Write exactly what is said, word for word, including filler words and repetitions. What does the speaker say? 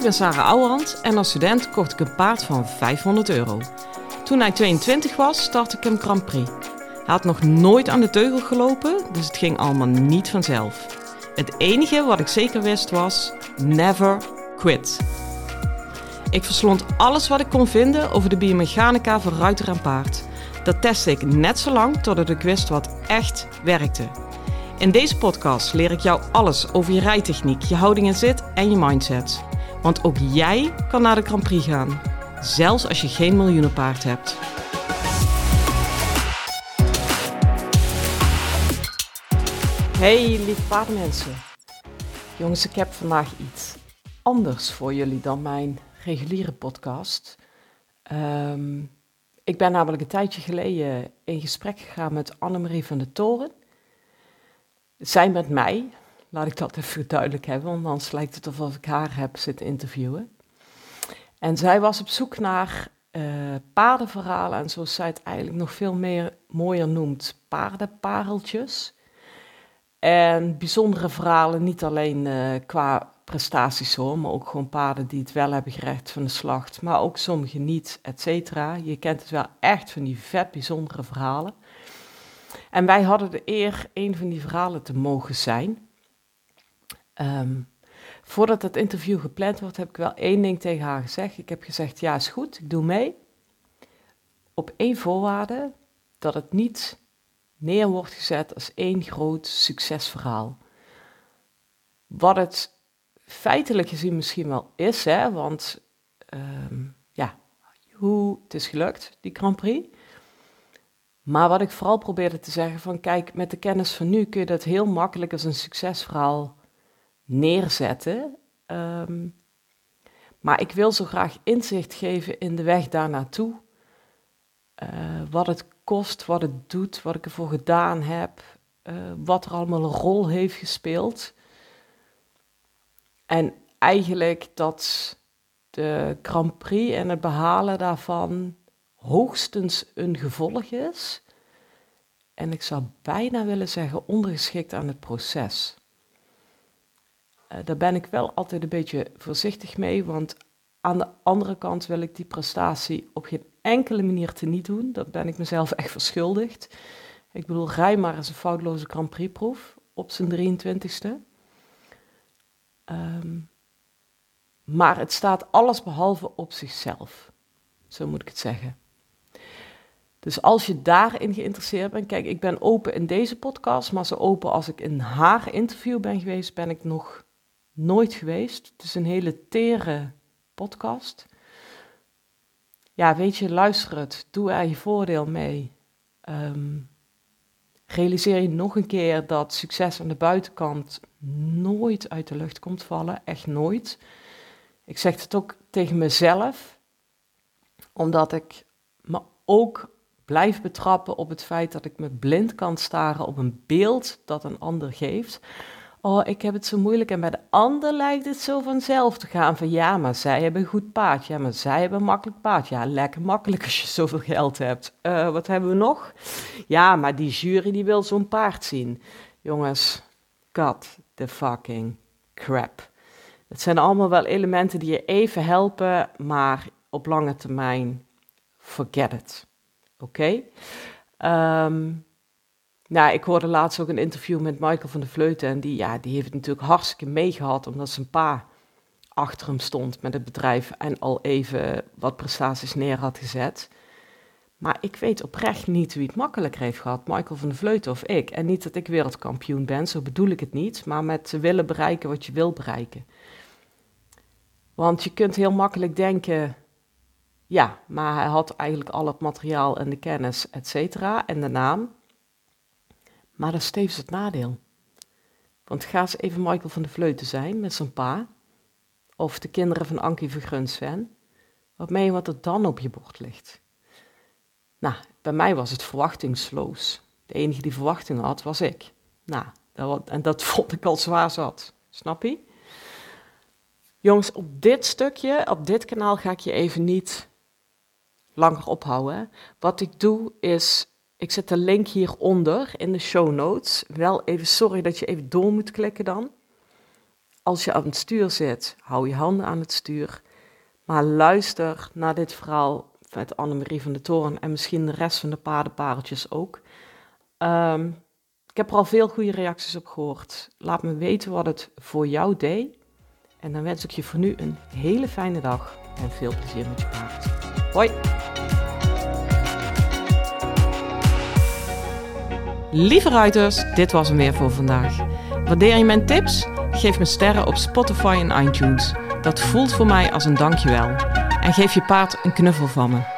ben Sarah Ouwehand en als student kocht ik een paard van vijfhonderd euro. Toen hij tweeëntwintig was, startte ik hem Grand Prix. Hij had nog nooit aan de teugel gelopen, dus het ging allemaal niet vanzelf. Het enige wat ik zeker wist was, never quit. Ik verslond alles wat ik kon vinden over de biomechanica van ruiter en paard. Dat testte ik net zo lang totdat ik wist wat echt werkte. In deze podcast leer ik jou alles over je rijtechniek, je houding en zit en je mindset. Want ook jij kan naar de Grand Prix gaan, zelfs als je geen miljoenenpaard hebt. Hey lieve paardenmensen. Jongens, ik heb vandaag iets anders voor jullie dan mijn reguliere podcast. Um, ik ben namelijk een tijdje geleden in gesprek gegaan met Annemarie van der Toren. Zij met mij, laat ik dat even duidelijk hebben, want anders lijkt het alsof ik haar heb zitten interviewen. En zij was op zoek naar uh, paardenverhalen en zoals zij het eigenlijk nog veel meer mooier noemt, paardenpareltjes. En bijzondere verhalen, niet alleen uh, qua prestaties hoor, maar ook gewoon paarden die het wel hebben gerecht van de slacht, maar ook sommige niet, et cetera. Je kent het wel echt van die vet bijzondere verhalen. En wij hadden de eer een van die verhalen te mogen zijn. Um, voordat het interview gepland wordt, heb ik wel één ding tegen haar gezegd. Ik heb gezegd, ja is goed, ik doe mee. Op één voorwaarde, dat het niet neer wordt gezet als één groot succesverhaal. Wat het feitelijk gezien misschien wel is, hè, want um, ja, hoe het is gelukt, die Grand Prix. Maar wat ik vooral probeerde te zeggen van kijk, met de kennis van nu kun je dat heel makkelijk als een succesverhaal neerzetten. Um, maar ik wil zo graag inzicht geven in de weg daar naartoe. Uh, wat het kost, wat het doet, wat ik ervoor gedaan heb. Uh, wat er allemaal een rol heeft gespeeld. En eigenlijk dat de Grand Prix en het behalen daarvan hoogstens een gevolg is. En ik zou bijna willen zeggen ondergeschikt aan het proces. Uh, daar ben ik wel altijd een beetje voorzichtig mee, want aan de andere kant wil ik die prestatie op geen enkele manier teniet doen. Dat ben ik mezelf echt verschuldigd. Ik bedoel, rij maar eens een foutloze Grand Prix proef op zijn drieëntwintigste. Um, maar het staat allesbehalve op zichzelf. Zo moet ik het zeggen. Dus als je daarin geïnteresseerd bent, kijk, ik ben open in deze podcast, maar zo open als ik in haar interview ben geweest, ben ik nog nooit geweest. Het is een hele tere podcast. Ja, weet je, luister het, doe er je voordeel mee. Um, realiseer je nog een keer dat succes aan de buitenkant nooit uit de lucht komt vallen, echt nooit. Ik zeg het ook tegen mezelf, omdat ik me ook blijf betrappen op het feit dat ik me blind kan staren op een beeld dat een ander geeft. Oh, ik heb het zo moeilijk en bij de ander lijkt het zo vanzelf te gaan van ja, maar zij hebben een goed paard. Ja, maar zij hebben een makkelijk paard. Ja, lekker makkelijk als je zoveel geld hebt. Uh, wat hebben we nog? Ja, maar die jury die wil zo'n paard zien. Jongens, cut the fucking crap. Het zijn allemaal wel elementen die je even helpen, maar op lange termijn, forget it. Oké? Okay? Um, nou, ik hoorde laatst ook een interview met Michael van der Vleuten en die, ja, die heeft het natuurlijk hartstikke meegehad, omdat zijn pa achter hem stond met het bedrijf en al even wat prestaties neer had gezet. Maar ik weet oprecht niet wie het makkelijker heeft gehad, Michael van der Vleuten of ik. En niet dat ik wereldkampioen ben, zo bedoel ik het niet, maar met willen bereiken wat je wil bereiken. Want je kunt heel makkelijk denken, ja, maar hij had eigenlijk al het materiaal en de kennis, et cetera, en de naam. Maar dat is tevens het nadeel. Want ga eens even Michael van der Vleuten zijn met zijn pa, of de kinderen van Ankie Vergrunsven. Wat meen je wat er dan op je bord ligt? Nou, bij mij was het verwachtingsloos. De enige die verwachtingen had, was ik. Nou, dat, en dat vond ik al zwaar zat. Snap je? Jongens, op dit stukje, op dit kanaal ga ik je even niet langer ophouden. Wat ik doe is, ik zet de link hieronder in de show notes. Wel even, sorry dat je even door moet klikken dan. als je aan het stuur zit, hou je handen aan het stuur. Maar luister naar dit verhaal met Annemarie van de Toorn en misschien de rest van de paardenpareltjes ook. Um, ik heb er al veel goede reacties op gehoord. Laat me weten wat het voor jou deed. En dan wens ik je voor nu een hele fijne dag en veel plezier met je paard. Hoi! Lieve ruiters, dit was hem weer voor vandaag. Waardeer je mijn tips? Geef me sterren op Spotify en iTunes. Dat voelt voor mij als een dankjewel. En geef je paard een knuffel van me.